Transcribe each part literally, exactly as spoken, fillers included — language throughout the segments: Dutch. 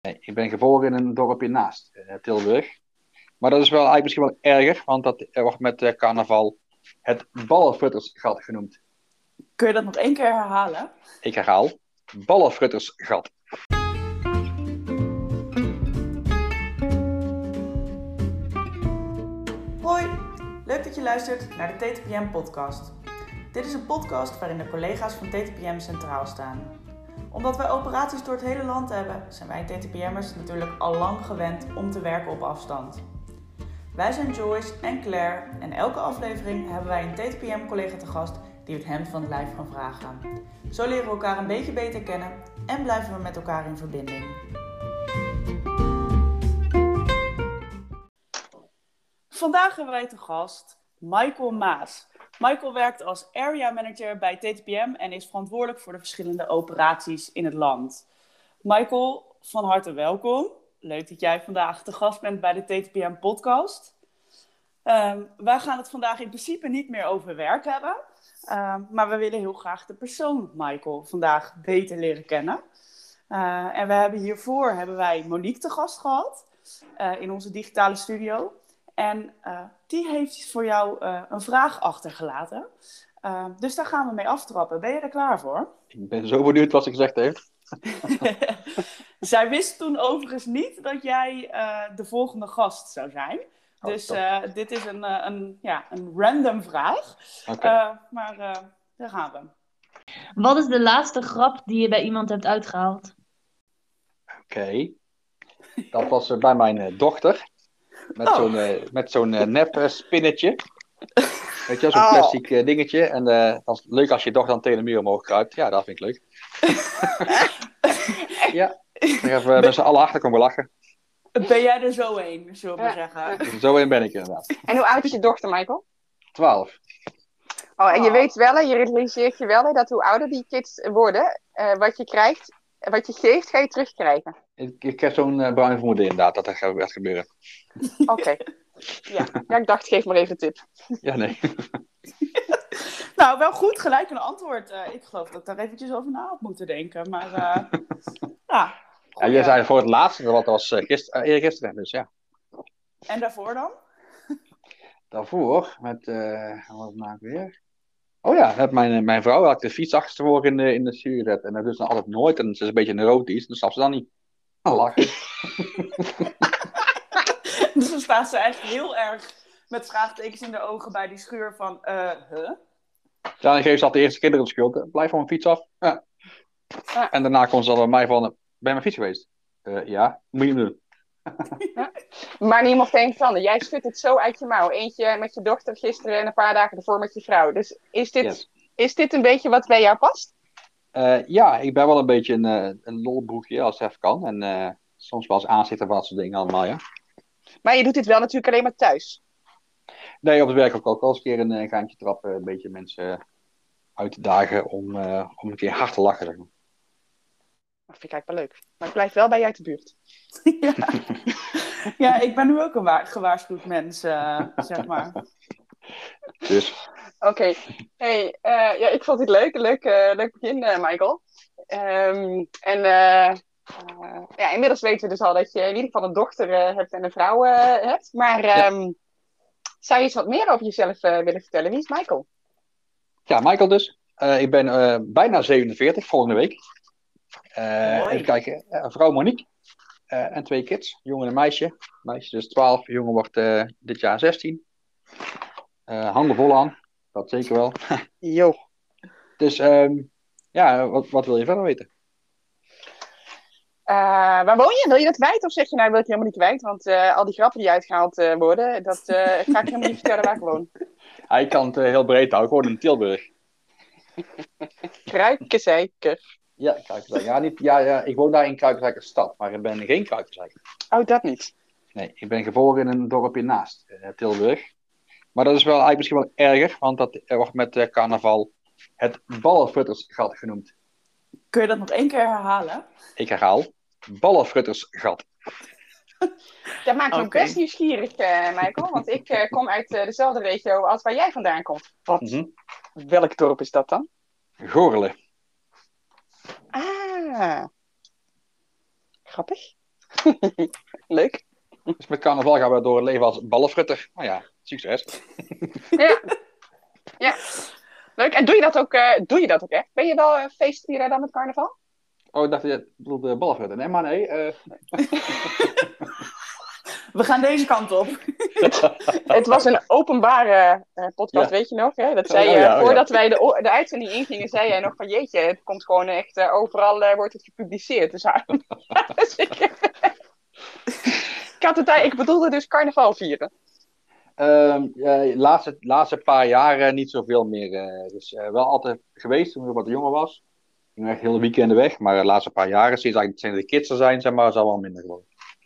Nee, ik ben geboren in een dorpje naast uh, Tilburg. Maar dat is wel eigenlijk misschien wel erger, want dat uh, wordt met uh, carnaval het ballenfruttersgat genoemd. Kun je dat nog één keer herhalen? Ik herhaal, ballenfruttersgat. Hoi, leuk dat je luistert naar de T T P M-podcast. Dit is een podcast waarin de collega's van T T P M centraal staan. Omdat wij operaties door het hele land hebben, zijn wij T T P M'ers natuurlijk al lang gewend om te werken op afstand. Wij zijn Joyce en Claire en elke aflevering hebben wij een T T P M-collega te gast die het hemd van het lijf gaan vragen. Zo leren we elkaar een beetje beter kennen en blijven we met elkaar in verbinding. Vandaag hebben wij te gast Michael Maas. Michael werkt als area manager bij T T P M en is verantwoordelijk voor de verschillende operaties in het land. Michael, van harte welkom. Leuk dat jij vandaag te gast bent bij de T T P M podcast. Um, wij gaan het vandaag in principe niet meer over werk hebben. Um, maar we willen heel graag de persoon Michael vandaag beter leren kennen. Uh, en we hebben hiervoor hebben wij Monique te gast gehad uh, in onze digitale studio. En uh, die heeft voor jou uh, een vraag achtergelaten. Uh, dus daar gaan we mee aftrappen. Ben je er klaar voor? Ik ben zo benieuwd wat ze gezegd heeft. Zij wist toen overigens niet dat jij uh, de volgende gast zou zijn. Oh, dus uh, dit is een, uh, een, ja, een random vraag. Okay. Uh, maar uh, daar gaan we. Wat is de laatste grap die je bij iemand hebt uitgehaald? Oké. Okay. Dat was uh, bij mijn uh, dochter. Met oh. zo'n, uh, met zo'n uh, nep uh, spinnetje. Weet je, zo'n oh. plastic uh, dingetje. En uh, dat is leuk als je dochter dan tegen de muur omhoog kruipt. Ja, dat vind ik leuk. Ja, daar hebben we met z'n allen achter komen lachen. Ben jij er zo een, zullen we ja. zeggen? Zo een ben ik inderdaad. En hoe oud is je dochter, Michael? Twaalf. Oh, en je weet wel, je realiseert je wel dat hoe ouder die kids worden, uh, wat je krijgt, wat je geeft, ga je terugkrijgen. Ik, ik heb zo'n uh, bruin vermoeden inderdaad, dat dat gaat gebeuren. Oké. Okay. Ja. ja, ik dacht, geef maar even een tip. Ja, nee. Nou, wel goed, gelijk een antwoord. Uh, ik geloof dat ik daar eventjes over na had moeten denken, maar uh, ja. Ja, jij zei voor het laatste, dat was uh, gister, uh, eergisteren, dus ja. En daarvoor dan? Daarvoor, met, uh, wat nou weer? Oh ja, met mijn, mijn vrouw had ik de fiets achterstevoren in de, in de stuur gezet. En dat doet ze altijd nooit, en ze is een beetje neurotisch, dan snapt ze dan niet. Dan lachen. Dus dan staat ze echt heel erg met vraagtekens in de ogen bij die schuur van, uh, huh? Ja, dan geeft ze altijd de eerste kinderen de schuld. Blijf van mijn fiets af. Ja. Ja. En daarna komt ze dan bij mij van, ben je mijn fiets geweest? Uh, ja, moet je hem doen. Ja. Maar niemand denkt van, jij schudt het zo uit je mouw. Eentje met je dochter gisteren en een paar dagen ervoor met je vrouw. Dus is dit, yes. is dit een beetje wat bij jou past? Uh, ja, ik ben wel een beetje een, uh, een lolbroekje als het even kan. En uh, soms wel eens aanzitten van dat soort dingen allemaal, ja. Maar je doet dit wel natuurlijk alleen maar thuis? Nee, op het werk ook al. Ik al eens een keer een uh, gaantje trappen, een beetje mensen uit te dagen om, uh, om een keer hard te lachen, zeg maar. Dat vind ik eigenlijk wel leuk. Maar ik blijf wel bij je uit de buurt. Ja, ja, ik ben nu ook een wa- gewaarschuwd mens, uh, zeg maar. Dus. Oké. Okay. Hey, uh, ja, ik vond dit leuk. Leuk, uh, leuk begin, uh, Michael. Um, en uh, uh, ja, inmiddels weten we dus al dat je in ieder geval een dochter uh, hebt en een vrouw uh, hebt. Maar um, ja. zou je iets wat meer over jezelf uh, willen vertellen? Wie is Michael? Ja, Michael dus. Uh, ik ben uh, bijna zevenenveertig, volgende week. Uh, even kijken, uh, vrouw Monique uh, en twee kids, jongen en een meisje. Meisje dus twaalf, jongen wordt uh, dit jaar zestien. Uh, handen vol aan, dat zeker wel. Jo. Dus um, ja, wat, wat wil je verder weten? Uh, waar woon je? Wil je dat kwijt? Of zeg je nou, wil ik helemaal niet kwijt? Want uh, al die grappen die uitgehaald uh, worden, dat uh, ga ik helemaal niet vertellen waar ik woon. Hij kan het uh, heel breed houden, gewoon in Tilburg. Kruikenzeiker. Ja, Kruikenzeiker. Ja, niet, ja, ja, ik woon daar in Kruikenzeiker stad, maar ik ben geen Kruikenzeiker. Oh, dat niet? Nee, ik ben geboren in een dorpje naast uh, Tilburg. Maar dat is wel eigenlijk misschien wel erger, want dat uh, wordt met uh, carnaval het ballenfruttersgat genoemd. Kun je dat nog één keer herhalen? Ik herhaal, ballenfruttersgat. Dat maakt me okay. best nieuwsgierig, uh, Michael, want ik uh, kom uit uh, dezelfde regio als waar jij vandaan komt. Wat? Mm-hmm. Welk dorp is dat dan? Goorle. Ah, grappig. Leuk. Dus met carnaval gaan we door het leven als ballenfrutter. Nou ja, succes. Ja. Ja. Leuk. En doe je dat ook, uh, doe je dat ook echt? Ben je wel uh, feestvieren dan met carnaval? Oh, ik dacht je bedoelde ballenfrutter. Nee, maar nee. Uh... We gaan deze kant op. Het was een openbare uh, podcast, ja. Weet je nog? Hè? Dat zei je, oh, ja, oh, voordat ja. wij de, de uitzending ingingen, zei jij nog van jeetje, het komt gewoon echt, uh, overal uh, wordt het gepubliceerd. Dus, dus ik, ik, had het, ik bedoelde dus carnaval vieren. Um, uh, laatste, laatste paar jaar niet zoveel meer. Uh, dus uh, wel altijd geweest toen ik wat jonger was. Ik ging echt heel weekenden weg, maar de laatste paar jaren, sinds eigenlijk de kids er zijn, zeg maar, is al wel minder geworden.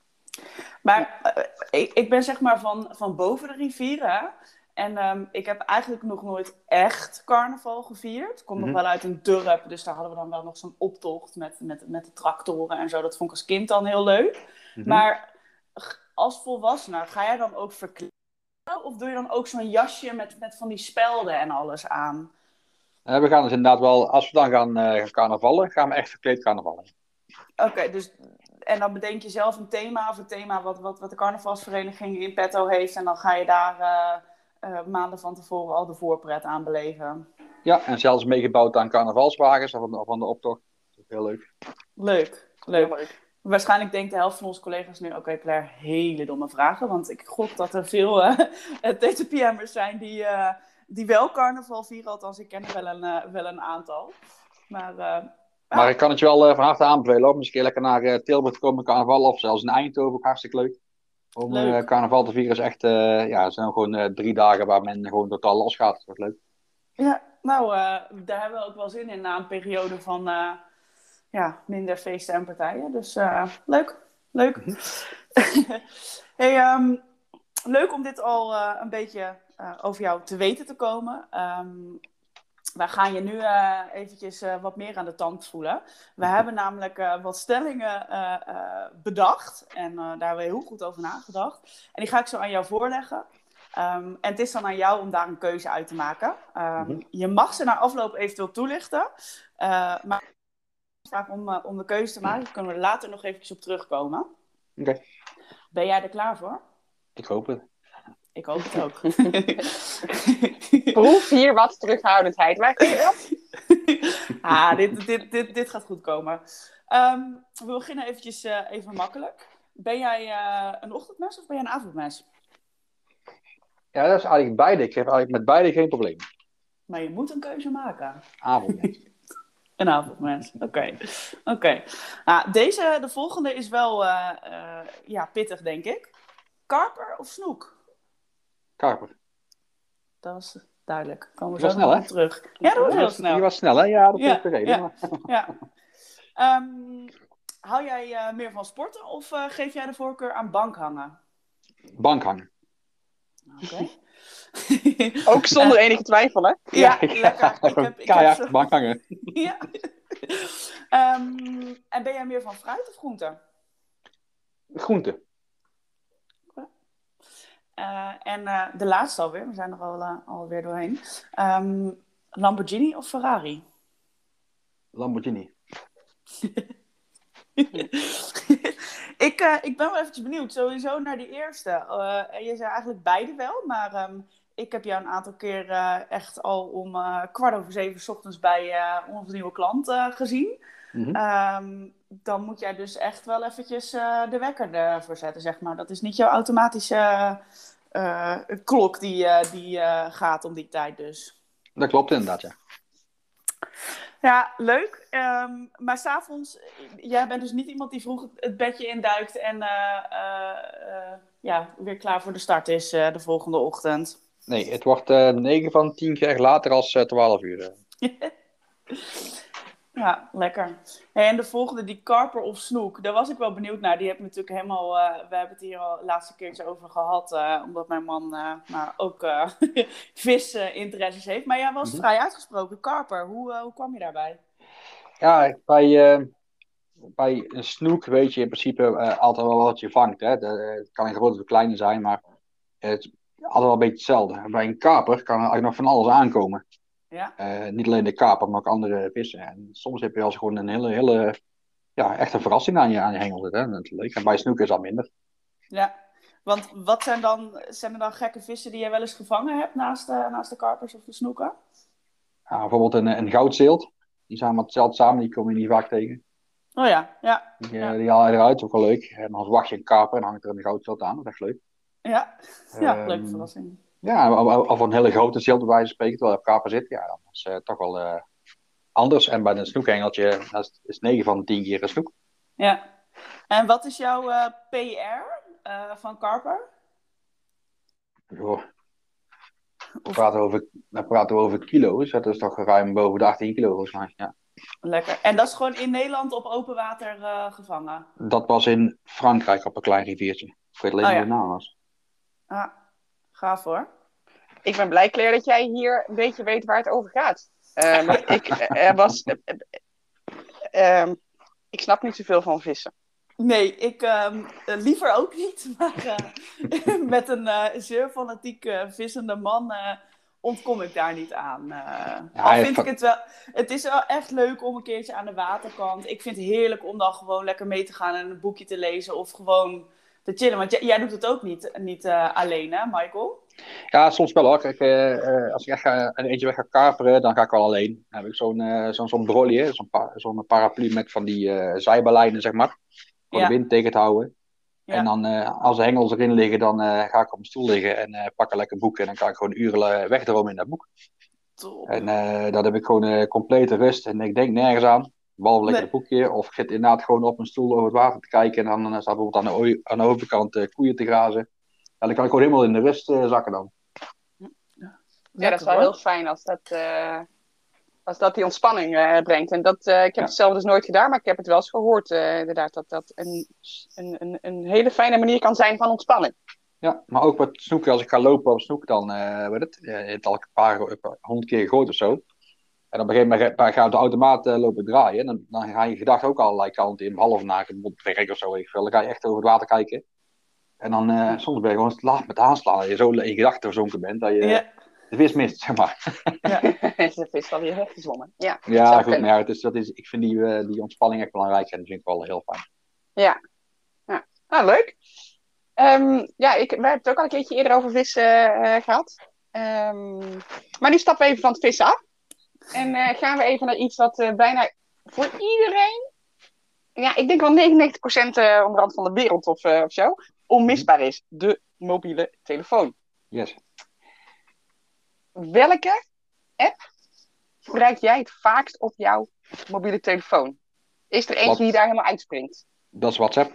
Maar uh, ik, ik ben zeg maar van, van boven de rivieren. Hè? En um, ik heb eigenlijk nog nooit echt carnaval gevierd. Ik kom mm-hmm. nog wel uit een dorp, dus daar hadden we dan wel nog zo'n optocht met, met, met de tractoren en zo. Dat vond ik als kind dan heel leuk. Mm-hmm. Maar als volwassene, ga jij dan ook verkleden? Of doe je dan ook zo'n jasje met, met van die spelden en alles aan? Uh, we gaan dus inderdaad wel, als we dan gaan, uh, gaan carnavallen, gaan we echt verkleed carnavallen. Oké, okay, dus... En dan bedenk je zelf een thema of een thema wat, wat, wat de carnavalsvereniging in petto heeft. En dan ga je daar uh, uh, maanden van tevoren al de voorpret aan beleven. Ja, en zelfs meegebouwd aan carnavalswagens of van, van de optocht. Dat is heel leuk. Leuk, leuk. Ja, leuk. Waarschijnlijk denkt de helft van onze collega's nu, oké okay, Claire, hele domme vragen. Want ik gok dat er veel uh, T T P M'ers zijn die, uh, die wel carnaval vieren. Althans, ik ken er wel een, uh, wel een aantal. Maar... Uh, Maar ik kan het je wel uh, van harte aanbevelen om eens een keer lekker naar uh, Tilburg te komen carnaval. Of zelfs in Eindhoven, ook hartstikke leuk. Om leuk. Uh, carnaval te vieren is echt, uh, ja, het zijn gewoon uh, drie dagen waar men gewoon totaal los gaat. Dat wordt leuk. Ja, nou, uh, daar hebben we ook wel zin in na een periode van uh, ja, minder feesten en partijen. Dus uh, leuk, leuk. Mm-hmm. Hey, um, leuk om dit al uh, een beetje uh, over jou te weten te komen. Um, Wij gaan je nu uh, eventjes uh, wat meer aan de tand voelen. We hebben namelijk uh, wat stellingen uh, uh, bedacht. En uh, daar hebben we heel goed over nagedacht. En die ga ik zo aan jou voorleggen. Um, en het is dan aan jou om daar een keuze uit te maken. Um, mm-hmm. Je mag ze na afloop eventueel toelichten. Uh, maar vraag om, uh, om de keuze te maken. Daar kunnen we er later nog eventjes op terugkomen. Oké. Okay. Ben jij er klaar voor? Ik hoop het. Ik hoop het ook. Proef hier wat terughoudendheid. Waar kun je dat? ah, dit, dit, dit, dit gaat goed komen. Um, we beginnen eventjes uh, even makkelijk. Ben jij uh, een ochtendmens of ben jij een avondmens? Ja, dat is eigenlijk beide. Ik heb eigenlijk met beide geen probleem. Maar je moet een keuze maken. Avondmens. Een avondmens, oké. Okay. Okay. Nou, deze, de volgende is wel uh, uh, ja, pittig, denk ik. Karper of snoek? Karper. Dat was duidelijk. Komen we zo snel, hè? Terug. Ja, dat was heel snel. Die was snel, hè? Ja, dat ja, is vergeten. Ja. ja. Um, hou jij uh, meer van sporten of uh, geef jij de voorkeur aan bankhangen? Bankhangen. Oké. Okay. Ook zonder enige twijfel, hè? Ja, ja lekker. Ik heb, ik Kajak, heb zo... bankhangen. ja. um, en ben jij meer van fruit of groente? Groente. Uh, en uh, de laatste alweer, we zijn er al, uh, alweer doorheen. Um, Lamborghini of Ferrari? Lamborghini. ik, uh, ik ben wel eventjes benieuwd, sowieso naar die eerste. Uh, je zei eigenlijk beide wel, maar um, ik heb jou een aantal keer uh, echt al om uh, kwart over zeven 's ochtends bij uh, onze nieuwe klant uh, gezien. Mm-hmm. Um, dan moet jij dus echt wel eventjes uh, de wekker ervoor zetten, zeg maar. Dat is niet jouw automatische uh, uh, klok die, uh, die uh, gaat om die tijd dus. Dat klopt inderdaad, ja. Ja, leuk. Um, maar 's avonds, jij bent dus niet iemand die vroeg het bedje induikt en uh, uh, uh, ja, weer klaar voor de start is uh, de volgende ochtend. Nee, het wordt uh, negen van tien keer later als uh, twaalf uur. Ja, lekker. Hey, en de volgende, die karper of snoek, daar was ik wel benieuwd naar. Die heb ik natuurlijk helemaal, uh, we hebben het hier al de laatste keertje over gehad, uh, omdat mijn man uh, maar ook uh, visinteresses uh, heeft. Maar jij was mm-hmm. vrij uitgesproken, karper. Hoe, uh, hoe kwam je daarbij? Ja, bij, uh, bij een snoek weet je in principe uh, altijd wel wat je vangt. Hè? De, uh, het kan een grote of kleine zijn, maar het is altijd wel een beetje hetzelfde. Bij een karper kan er eigenlijk nog van alles aankomen. Ja. Uh, niet alleen de kaper, maar ook andere vissen. En soms heb je als gewoon een hele, hele ja, echt een verrassing aan je, aan je hengel zit. Hè? Dat is leuk. En bij snoek is dat minder. Ja, want wat zijn dan, zijn er dan gekke vissen die je wel eens gevangen hebt naast de, naast de karpers of de snoeken? Ja, bijvoorbeeld een, een goudzeelt. Die zijn met hetzelfde samen, die kom je niet vaak tegen. Oh ja, ja, Die, ja, uh, die haal je eruit, ook wel leuk. En dan wacht je een karper en hangt er een goudzeelt aan. Dat is echt leuk. ja. Ja, leuke Um, verrassing. ja, of, of een hele grote zeelt bij wijze van spreken, terwijl je op karper zit. Ja, dat is uh, toch wel uh, anders. En bij een snoekhengeltje, dat is, is negen van de tien keer een snoek. Ja. En wat is jouw uh, P R uh, van karper? Joh. We praten, over, we praten over kilo's. Dat is toch ruim boven de achttien kilo volgens mij. Ja. Lekker. En dat is gewoon in Nederland op open water uh, gevangen? Dat was in Frankrijk op een klein riviertje. Ik weet alleen oh, niet ja. hoe de naam was. Ah, gaaf hoor. Ik ben blij, Claire, dat jij hier een beetje weet waar het over gaat. Uh, want ik, er was, uh, uh, uh, ik snap niet zoveel van vissen. Nee, ik um, liever ook niet. Maar uh, met een uh, zeer fanatiek uh, vissende man uh, ontkom ik daar niet aan. Uh, ja, al vind ik het wel... Het is wel echt leuk om een keertje aan de waterkant. Ik vind het heerlijk om dan gewoon lekker mee te gaan en een boekje te lezen. Of gewoon te chillen. Want jij, jij doet het ook niet, niet uh, alleen, hè, Michael? Ja, soms wel hoor. Kijk, uh, als ik echt ga, een eentje weg ga kaperen, dan ga ik wel alleen. Dan heb ik zo'n uh, zo'n zo'n brolje, zo'n, pa, zo'n paraplu met van die uh, zijbalijnen, zeg maar. Voor ja. de wind tegen te houden. Ja. En dan, uh, als de hengels erin liggen, dan uh, ga ik op mijn stoel liggen en uh, pak een lekker boek. En dan kan ik gewoon uren wegdromen in dat boek. Top. En uh, dan heb ik gewoon uh, complete rust. En ik denk nergens aan. Behalve lekker nee. een boekje. Of ik zit inderdaad gewoon op mijn stoel over het water te kijken. En dan uh, staat bijvoorbeeld aan de, aan de overkant uh, koeien te grazen. En dan kan ik gewoon helemaal in de rust uh, zakken dan. Ja, dat is wel heel fijn als dat, uh, als dat die ontspanning uh, brengt. En dat, uh, ik heb ja. het zelf dus nooit gedaan, maar ik heb het wel eens gehoord uh, inderdaad. Dat dat een, een, een, een hele fijne manier kan zijn van ontspanning. Ja, maar ook met snoeken, als ik ga lopen op snoek, dan uh, weet het, uh, het al een paar honderd keer gegooid of zo. En op een gegeven moment ga je op de automaat uh, lopen draaien. En dan, dan ga je gedachten ook allerlei kanten in, half na het werk of zo. Weet je wel. Dan ga je echt over het water kijken. En dan uh, soms ben je gewoon te laat met aanslaan. Dat je zo in gedachten verzonken bent dat je ja. de vis mist, zeg maar. Ja, de vis al weer weggezwommen. Ja, ja goed, maar ja, het is, dat is, ik vind die, uh, die ontspanning echt belangrijk en dat vind ik wel heel fijn. Ja, ja. Nou, leuk. Um, ja, ik, wij hebben het ook al een keertje eerder over vissen uh, gehad. Um, maar nu stappen we even van het vissen af. En uh, gaan we even naar iets wat uh, bijna voor iedereen, ja, ik denk wel negenennegentig procent uh, onderhand van de wereld of, uh, of zo, onmisbaar is. De mobiele telefoon. Yes. Welke app gebruik jij het vaakst op jouw mobiele telefoon? Is er eentje wat? Die daar helemaal uitspringt? Dat is WhatsApp.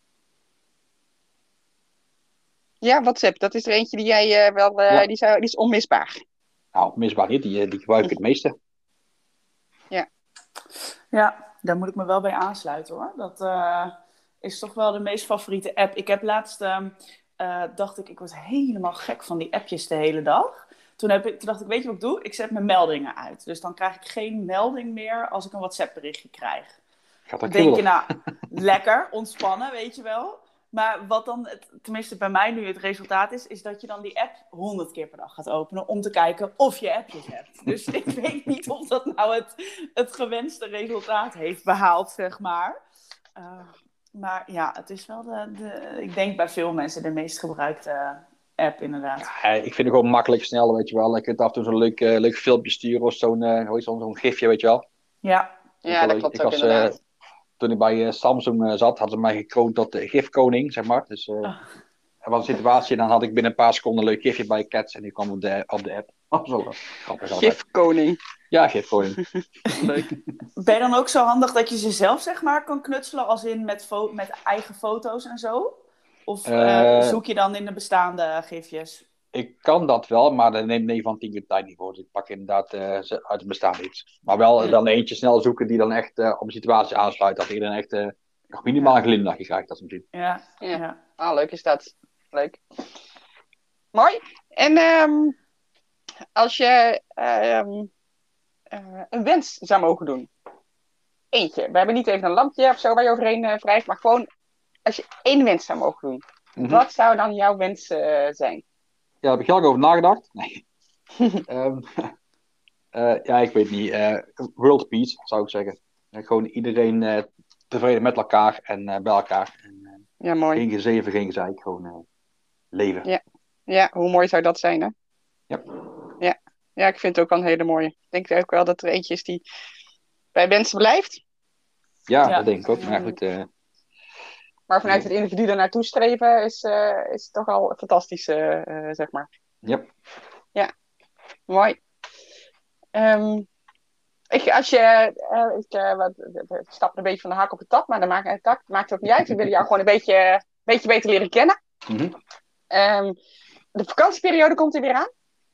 Ja, WhatsApp. Dat is er eentje die jij uh, wel, uh, ja. die, zou, die is onmisbaar. Nou, onmisbaar niet. Die, die gebruik ik het meeste. Ja. Ja, daar moet ik me wel bij aansluiten hoor. Dat uh, is toch wel de meest favoriete app. Ik heb laatst, uh, uh, dacht ik, ik word helemaal gek van die appjes de hele dag. Toen, heb ik, toen dacht ik, weet je wat ik doe? Ik zet mijn meldingen uit. Dus dan krijg ik geen melding meer als ik een WhatsApp berichtje krijg. Dan denk je, nou, lekker, ontspannen, weet je wel. Maar wat dan, het, tenminste bij mij nu het resultaat is, is dat je dan die app honderd keer per dag gaat openen om te kijken of je appjes hebt. Dus ik weet niet of dat nou het, het gewenste resultaat heeft behaald, zeg maar. Uh, maar ja, het is wel de, de, ik denk bij veel mensen de meest gebruikte app inderdaad. Ja, ik vind het gewoon makkelijk, snel, weet je wel. Ik kunt af en toe zo'n leuk, uh, leuk filmpje sturen of zo'n, uh, zo'n, zo'n gifje, weet je wel. Ja, ja dat klopt ik ook was, inderdaad. Uh, Toen ik bij uh, Samsung uh, zat, hadden ze mij gekroond tot de gifkoning, zeg maar. Dus uh, oh. er was een situatie en dan had ik binnen een paar seconden een leuk gifje bij Cats en die kwam op de, op de app. Oh, zo grappig. Gifkoning. Ja, gifkoning. Leuk. Ben je dan ook zo handig dat je ze zelf, zeg maar, kan knutselen, als in met, fo- met eigen foto's en zo? Of uh, uh, zoek je dan in de bestaande gifjes? Ik kan dat wel, maar dat neemt negen van tien keer de tijd niet voor. Dus ik pak inderdaad uh, uit het bestaan iets. Maar wel uh, dan eentje snel zoeken die dan echt uh, op een situatie aansluit. Dat iedereen echt uh, nog minimaal een glimlachje krijgt. Dat misschien. Ja, ja. ja. Ah, leuk is dat. Leuk. Mooi. En um, als je um, uh, een wens zou mogen doen. Eentje. We hebben niet even een lampje of zo waar je overheen uh, wrijft. Maar gewoon als je één wens zou mogen doen. Mm-hmm. Wat zou dan jouw wens uh, zijn? Ja, daar heb ik heel erg over nagedacht. Nee. um, uh, ja, ik weet niet. Uh, world peace, zou ik zeggen. Uh, gewoon iedereen uh, tevreden met elkaar en uh, bij elkaar. En, uh, ja, mooi. Geen gezeven, geen gezeik, gewoon uh, leven. Ja. ja, hoe mooi zou dat zijn, hè? Ja. Ja. ja, ik vind het ook wel een hele mooie. Ik denk ook wel dat er eentje is die bij mensen blijft. Ja, Ja. dat denk ik ook. Maar, goed, uh, maar vanuit het individu er naartoe streven is, uh, is toch al fantastisch, uh, uh, zeg maar. Yep. Ja, mooi. Um, ik, als je, uh, ik uh, wat, ik stap een beetje van de hak op de tak, maar dat maakt, uh, tak, maakt het ook niet uit. We willen jou gewoon een beetje, uh, beetje beter leren kennen. Mm-hmm. Um, de vakantieperiode komt er weer aan.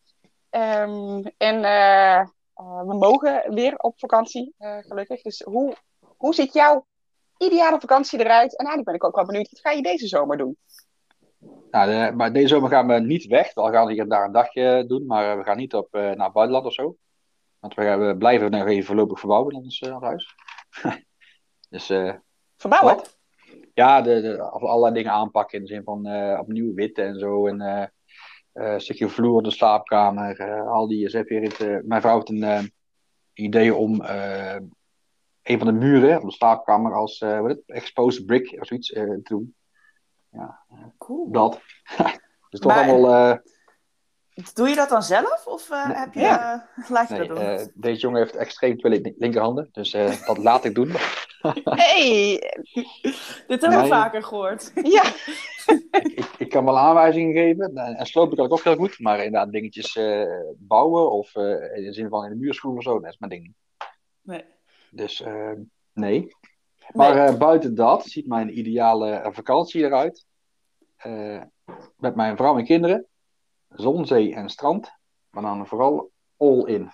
Um, en uh, uh, we mogen weer op vakantie, uh, gelukkig. Dus hoe, hoe ziet jouw ideale vakantie eruit? En eigenlijk ben ik ook wel benieuwd, wat ga je deze zomer doen? Nou, de, maar deze zomer gaan we niet weg. We gaan hier daar een dagje doen, maar we gaan niet op, uh, naar het buitenland of zo. Want we, we blijven nog even voorlopig verbouwen in ons uh, huis. dus, uh, verbouwen? Wat? Ja, de, de, allerlei dingen aanpakken in de zin van uh, opnieuw witten en zo. En uh, uh, een stukje vloer in de slaapkamer. Uh, al die is weer het, uh, mijn vrouw heeft een uh, idee om uh, een van de muren van de slaapkamer als uh, wat het, exposed brick of zoiets uh, te doen. Ja, uh, cool. Dat. dus toch maar, allemaal... Uh, doe je dat dan zelf? Of uh, nee, heb je, ja. uh, laat je nee, dat doen? Uh, deze jongen heeft extreem twee link- linkerhanden. Dus uh, dat laat ik doen. Hey! Dit hebben we nee. vaker gehoord. Ja. ik, ik, ik kan wel aanwijzingen geven. En slopen kan ik ook heel goed. Maar inderdaad dingetjes uh, bouwen. Of uh, in de zin van in de muur schroeven of zo. Dat is mijn ding niet. Nee. Dus uh, nee. Maar nee. Uh, buiten dat ziet mijn ideale vakantie eruit. Uh, met mijn vrouw en kinderen. Zon, zee en strand. Maar dan vooral all in.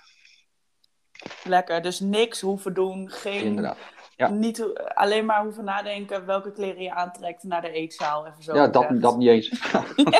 Lekker. Dus niks hoeven doen. Geen... Inderdaad. Ja. Niet alleen maar hoeven nadenken welke kleren je aantrekt naar de eetzaal. Even zo ja, dat, dat niet eens.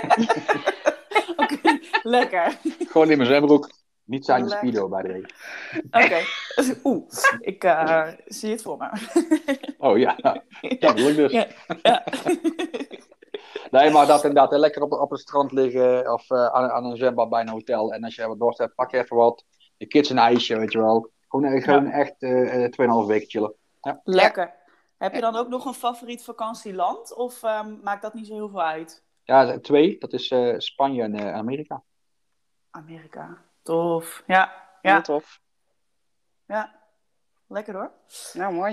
okay, lekker. Gewoon in mijn zwembroek. Niet zijn de speedo bij de regen. Oké. Okay. Oeh, ik uh, zie het voor me. oh ja, ja dat lukt dus. Ja. Ja. nee, maar dat inderdaad lekker op, op het strand liggen of uh, aan, aan een zwembad bij een hotel. En als je wat dorst hebt, pak je even wat. De kids een ijsje, weet je wel. Gewoon, uh, gewoon ja. echt tweeënhalve uh, weken chillen. Ja. Lekker. Heb je dan ook nog een favoriet vakantieland? Of um, maakt dat niet zo heel veel uit? Ja, twee. Dat is uh, Spanje en uh, Amerika. Amerika. Tof. Ja. Ja. Heel tof. Ja. Lekker hoor. Nou, mooi.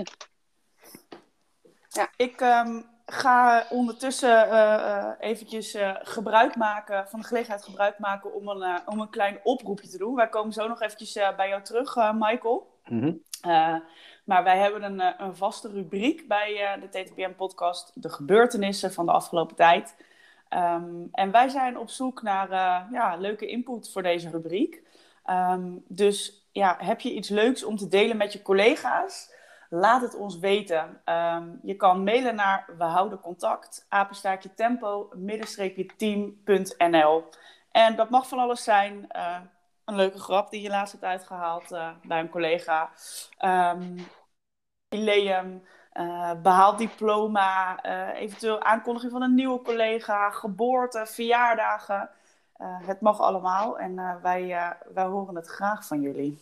Ja. Ik um, ga ondertussen uh, uh, eventjes uh, gebruik maken, van de gelegenheid gebruik maken om een, uh, om een klein oproepje te doen. Wij komen zo nog eventjes uh, bij jou terug, uh, Michael. Mm-hmm. Uh, maar wij hebben een, een vaste rubriek bij uh, de T T P M-podcast, de gebeurtenissen van de afgelopen tijd. Um, en wij zijn op zoek naar uh, ja, leuke input voor deze rubriek. Um, dus ja, heb je iets leuks om te delen met je collega's? Laat het ons weten. Um, je kan mailen naar we houden contact, apenstaartje tempo, middenstreepje team punt n l. En dat mag van alles zijn. Uh, een leuke grap die je laatst hebt uitgehaald uh, bij een collega. Um, jubileum, uh, behaald diploma, uh, eventueel aankondiging van een nieuwe collega, geboorte, verjaardagen. Uh, het mag allemaal en uh, wij, uh, wij horen het graag van jullie.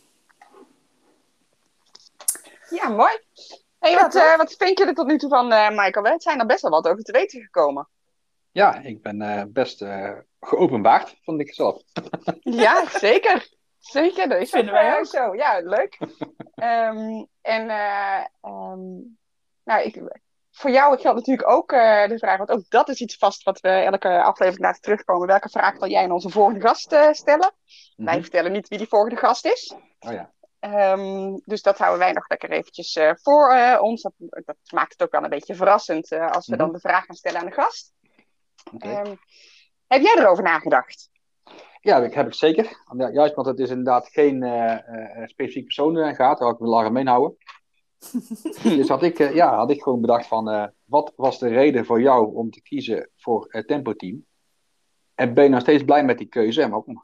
Ja, mooi. Hey, ja, wat, uh, wat vind je er tot nu toe van, uh, Michael? Het zijn er best wel wat over te weten gekomen. Ja, ik ben uh, best uh, geopenbaard, vond ik zelf. ja, zeker. Zeker, dat is vinden wij ook zo. Ja, leuk. um, en uh, um, nou, ik, voor jou geldt natuurlijk ook uh, de vraag, want ook dat is iets vast wat we elke aflevering laten terugkomen. Welke vraag wil jij aan onze volgende gast uh, stellen? Mm-hmm. Wij vertellen niet wie die volgende gast is. Oh ja. Um, dus dat houden wij nog lekker eventjes uh, voor uh, ons. Dat, dat maakt het ook wel een beetje verrassend uh, als we mm-hmm. dan de vraag gaan stellen aan de gast. Okay. Um, heb jij erover nagedacht? Ja, dat heb ik zeker. Ja, juist, want het is inderdaad geen uh, uh, specifiek persoon uh, gaat. Daar had ik wel algemeen houden. dus had ik, uh, ja, had ik gewoon bedacht van... Uh, wat was de reden voor jou om te kiezen voor het Tempo Team? En ben je nog steeds blij met die keuze? En waarom?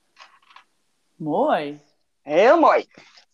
Mooi. Heel mooi.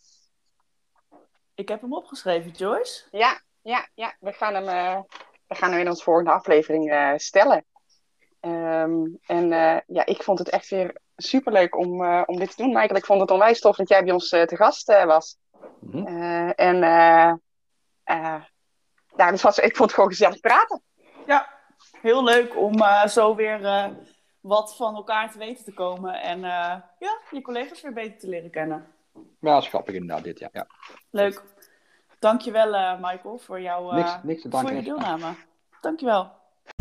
Ik heb hem opgeschreven, Joyce. Ja, ja, ja. We gaan hem, uh, we gaan hem in onze volgende aflevering uh, stellen. Um, en uh, ja, ik vond het echt weer superleuk om, uh, om dit te doen, Michael. Ik vond het onwijs tof dat jij bij ons uh, te gast uh, was. Mm-hmm. Uh, en uh, uh, ja, dus was, ik vond het gewoon gezellig praten. Ja, heel leuk om uh, zo weer uh, wat van elkaar te weten te komen. En uh, ja, je collega's weer beter te leren kennen. Ja, dat is grappig inderdaad dit, ja. ja. Leuk. Dankjewel uh, Michael voor, jou, uh, niks, niks te danken, voor je deelname. Dankjewel.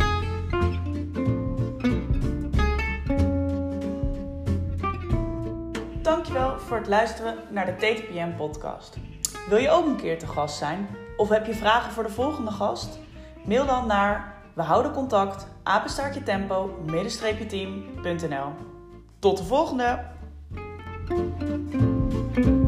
Dankjewel voor het luisteren naar de T T P M podcast. Wil je ook een keer te gast zijn? Of heb je vragen voor de volgende gast? Mail dan naar we houden contact, apenstaartje tempo, middenstreepje team punt n l. Tot de volgende!